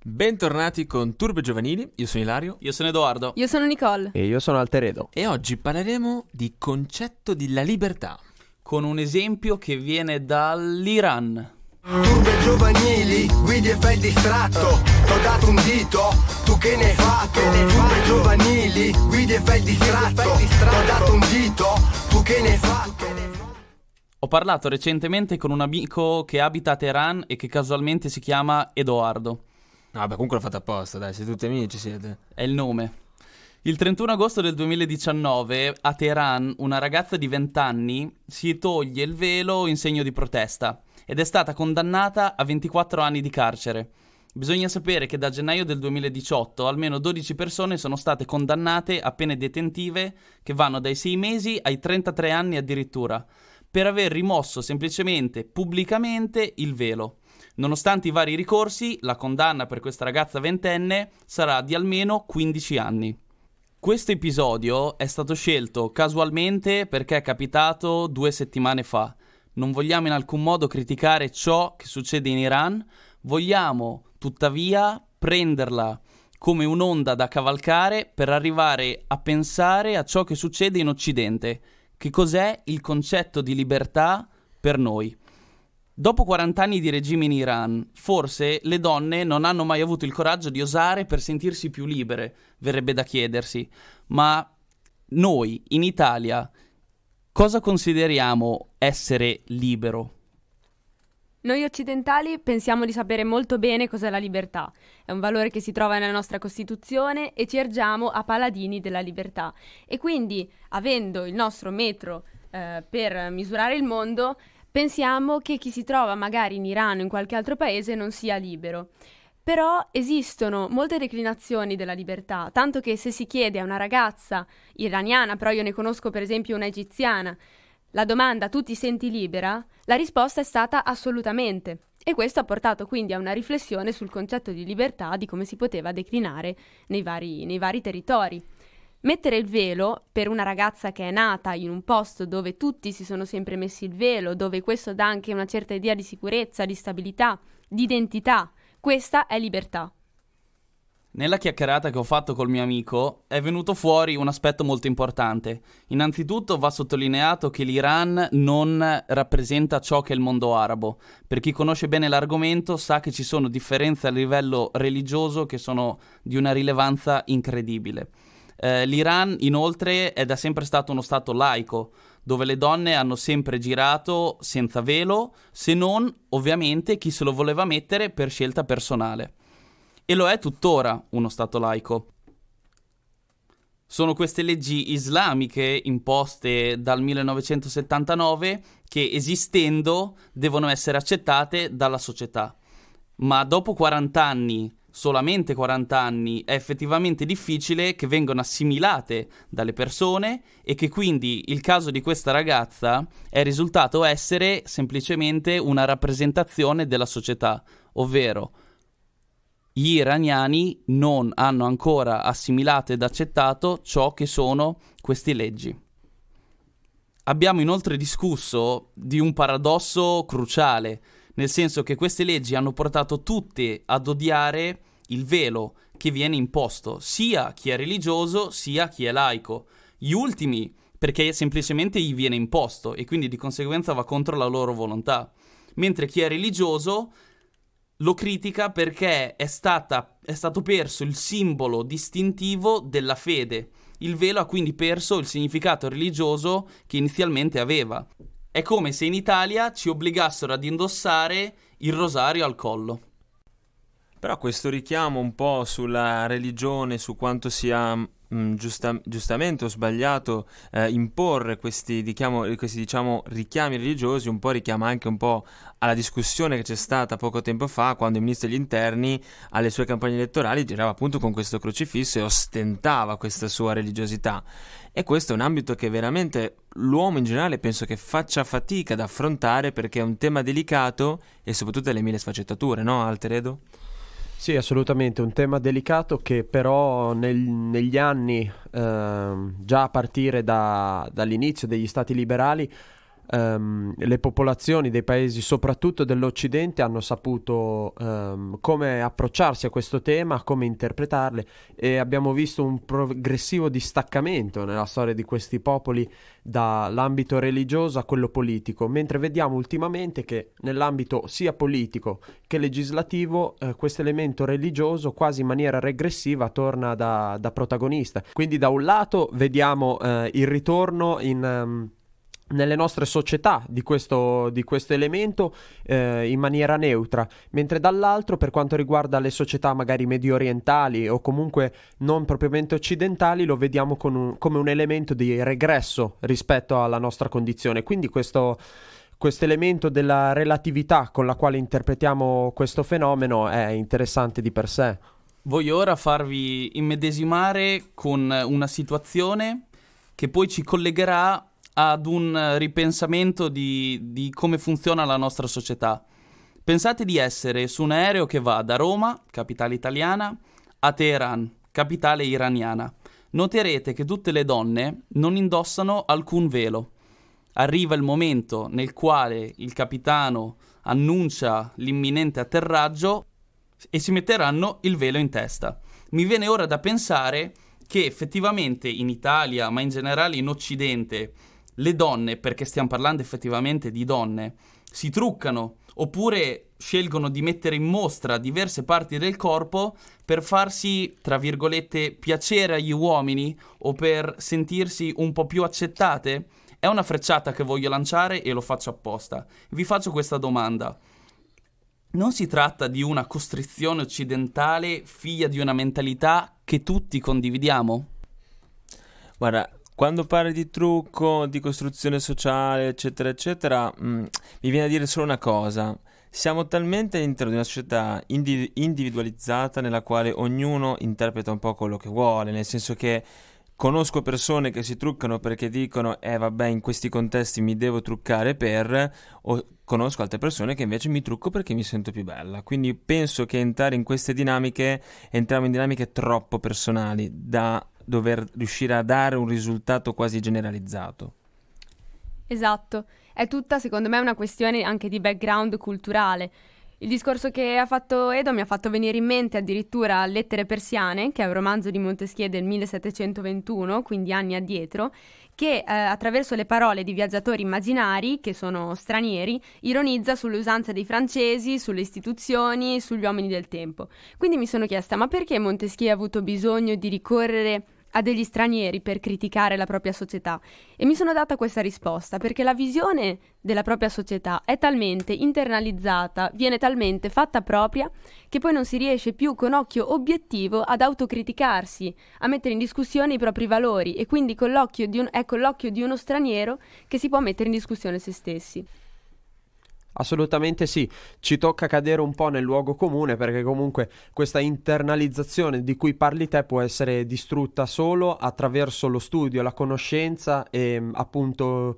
Bentornati con Turbe Giovanili, io sono Ilario. Io sono Edoardo. Io sono Nicole. E io sono Alteredo. E oggi parleremo di concetto della libertà. Con un esempio che viene dall'Iran. Turbe giovanili, guidi e fai il distratto. T'ho dato un dito, tu che ne hai fatto? Turbe giovanili, guidi e fai il distratto. T'ho dato un dito, tu che ne hai fatto? Ho parlato recentemente con un amico che abita a Teheran e che casualmente si chiama Edoardo. Vabbè, comunque l'ho fatto apposta, dai, siete tutti amici, siete. È il nome. Il 31 agosto del 2019 a Teheran una ragazza di 20 anni si toglie il velo in segno di protesta ed è stata condannata a 24 anni di carcere. Bisogna sapere che da gennaio del 2018 almeno 12 persone sono state condannate a pene detentive che vanno dai 6 mesi ai 33 anni addirittura, per aver rimosso semplicemente, pubblicamente, il velo. Nonostante i vari ricorsi, la condanna per questa ragazza ventenne sarà di almeno 15 anni. Questo episodio è stato scelto casualmente perché è capitato 2 settimane fa. Non vogliamo in alcun modo criticare ciò che succede in Iran, vogliamo tuttavia prenderla come un'onda da cavalcare per arrivare a pensare a ciò che succede in Occidente. Che cos'è il concetto di libertà per noi? Dopo 40 anni di regime in Iran, forse le donne non hanno mai avuto il coraggio di osare per sentirsi più libere, verrebbe da chiedersi. Ma noi, in Italia, cosa consideriamo essere libero? Noi occidentali pensiamo di sapere molto bene cos'è la libertà. È un valore che si trova nella nostra Costituzione e ci ergiamo a paladini della libertà. E quindi, avendo il nostro metro per misurare il mondo, pensiamo che chi si trova magari in Iran o in qualche altro paese non sia libero. Però esistono molte declinazioni della libertà, tanto che se si chiede a una ragazza iraniana, però io ne conosco per esempio una egiziana, la domanda «tu ti senti libera?» La risposta è stata assolutamente. E questo ha portato quindi a una riflessione sul concetto di libertà, di come si poteva declinare nei vari territori. Mettere il velo per una ragazza che è nata in un posto dove tutti si sono sempre messi il velo, dove questo dà anche una certa idea di sicurezza, di stabilità, di identità, questa è libertà. Nella chiacchierata che ho fatto col mio amico è venuto fuori un aspetto molto importante. Innanzitutto va sottolineato che l'Iran non rappresenta ciò che è il mondo arabo. Per chi conosce bene l'argomento sa che ci sono differenze a livello religioso che sono di una rilevanza incredibile. L'Iran inoltre è da sempre stato uno stato laico, dove le donne hanno sempre girato senza velo, se non ovviamente chi se lo voleva mettere per scelta personale. E lo è tuttora uno stato laico. Sono queste leggi islamiche imposte dal 1979 che, esistendo, devono essere accettate dalla società. Ma dopo 40 anni, solamente 40 anni, è effettivamente difficile che vengano assimilate dalle persone e che quindi il caso di questa ragazza è risultato essere semplicemente una rappresentazione della società, ovvero gli iraniani non hanno ancora assimilato ed accettato ciò che sono queste leggi. Abbiamo inoltre discusso di un paradosso cruciale, nel senso che queste leggi hanno portato tutte ad odiare il velo che viene imposto, sia a chi è religioso sia a chi è laico. Gli ultimi perché semplicemente gli viene imposto e quindi di conseguenza va contro la loro volontà, mentre chi è religioso lo critica perché è stato perso il simbolo distintivo della fede. Il velo ha quindi perso il significato religioso che inizialmente aveva. È come se in Italia ci obbligassero ad indossare il rosario al collo. Però questo richiamo un po' sulla religione, su quanto sia giustamente o sbagliato imporre questi richiami religiosi, un po' richiama anche un po' alla discussione che c'è stata poco tempo fa, quando il ministro degli interni alle sue campagne elettorali girava appunto con questo crocifisso e ostentava questa sua religiosità. E questo è un ambito che veramente l'uomo in generale penso che faccia fatica ad affrontare, perché è un tema delicato e soprattutto alle mille sfaccettature, no Alteredo? Sì, assolutamente, un tema delicato che però negli anni, già a partire dall'inizio degli stati liberali, le popolazioni dei paesi, soprattutto dell'Occidente, hanno saputo come approcciarsi a questo tema, come interpretarle, e abbiamo visto un progressivo distaccamento nella storia di questi popoli dall'ambito religioso a quello politico, mentre vediamo ultimamente che nell'ambito sia politico che legislativo questo elemento religioso quasi in maniera regressiva torna da protagonista. Quindi da un lato vediamo il ritorno nelle nostre società di questo elemento in maniera neutra, mentre dall'altro, per quanto riguarda le società magari medio orientali o comunque non propriamente occidentali, lo vediamo come un elemento di regresso rispetto alla nostra condizione. Quindi questo elemento della relatività con la quale interpretiamo questo fenomeno è interessante di per sé. Voglio ora farvi immedesimare con una situazione che poi ci collegherà ad un ripensamento di come funziona la nostra società. Pensate di essere su un aereo che va da Roma, capitale italiana, a Teheran, capitale iraniana. Noterete che tutte le donne non indossano alcun velo. Arriva il momento nel quale il capitano annuncia l'imminente atterraggio e si metteranno il velo in testa. Mi viene ora da pensare che effettivamente in Italia, ma in generale in Occidente, le donne, perché stiamo parlando effettivamente di donne, si truccano oppure scelgono di mettere in mostra diverse parti del corpo per farsi, tra virgolette, piacere agli uomini o per sentirsi un po' più accettate? È una frecciata che voglio lanciare e lo faccio apposta. Vi faccio questa domanda. Non si tratta di una costrizione occidentale figlia di una mentalità che tutti condividiamo? Guarda, quando parli di trucco, di costruzione sociale, eccetera, eccetera, mi viene a dire solo una cosa. Siamo talmente all'interno di una società individualizzata nella quale ognuno interpreta un po' quello che vuole, nel senso che conosco persone che si truccano perché dicono vabbè, in questi contesti mi devo truccare o conosco altre persone che invece mi trucco perché mi sento più bella. Quindi penso che entrare in queste dinamiche, entriamo in dinamiche troppo personali da dover riuscire a dare un risultato quasi generalizzato. Esatto, è tutta secondo me una questione anche di background culturale. Il discorso che ha fatto Edo mi ha fatto venire in mente addirittura Lettere persiane, che è un romanzo di Montesquieu del 1721, quindi anni addietro, che attraverso le parole di viaggiatori immaginari, che sono stranieri, ironizza sulle usanze dei francesi, sulle istituzioni, sugli uomini del tempo. Quindi mi sono chiesta, ma perché Montesquieu ha avuto bisogno di ricorrere a degli stranieri per criticare la propria società? E mi sono data questa risposta perché la visione della propria società è talmente internalizzata, viene talmente fatta propria, che poi non si riesce più con occhio obiettivo ad autocriticarsi, a mettere in discussione i propri valori, e quindi con l'occhio di uno straniero che si può mettere in discussione se stessi. Assolutamente sì, ci tocca cadere un po' nel luogo comune, perché comunque questa internalizzazione di cui parli te può essere distrutta solo attraverso lo studio, la conoscenza e appunto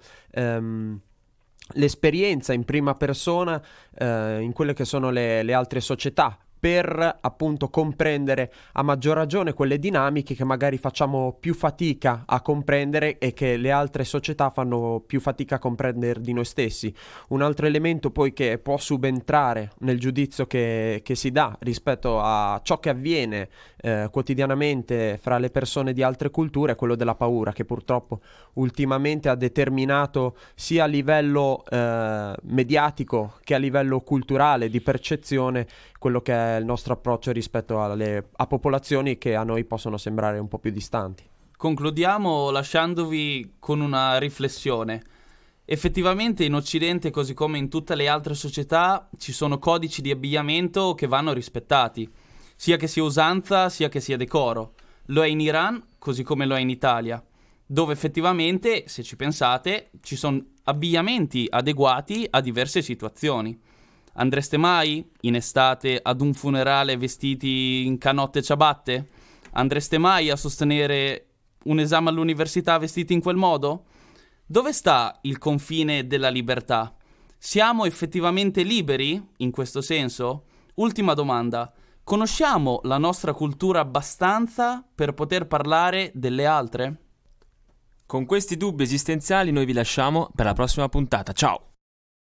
l'esperienza in prima persona in quelle che sono le altre società, per appunto comprendere a maggior ragione quelle dinamiche che magari facciamo più fatica a comprendere e che le altre società fanno più fatica a comprendere di noi stessi. Un altro elemento poi che può subentrare nel giudizio che si dà rispetto a ciò che avviene quotidianamente fra le persone di altre culture è quello della paura, che purtroppo ultimamente ha determinato sia a livello mediatico che a livello culturale di percezione quello che è il nostro approccio rispetto a popolazioni che a noi possono sembrare un po' più distanti. Concludiamo lasciandovi con una riflessione. Effettivamente in Occidente, così come in tutte le altre società, ci sono codici di abbigliamento che vanno rispettati, sia che sia usanza, sia che sia decoro. Lo è in Iran, così come lo è in Italia, dove effettivamente, se ci pensate, ci sono abbigliamenti adeguati a diverse situazioni. Andreste mai in estate ad un funerale vestiti in canotte e ciabatte? Andreste mai a sostenere un esame all'università vestiti in quel modo? Dove sta il confine della libertà? Siamo effettivamente liberi in questo senso? Ultima domanda. Conosciamo la nostra cultura abbastanza per poter parlare delle altre? Con questi dubbi esistenziali noi vi lasciamo per la prossima puntata. Ciao!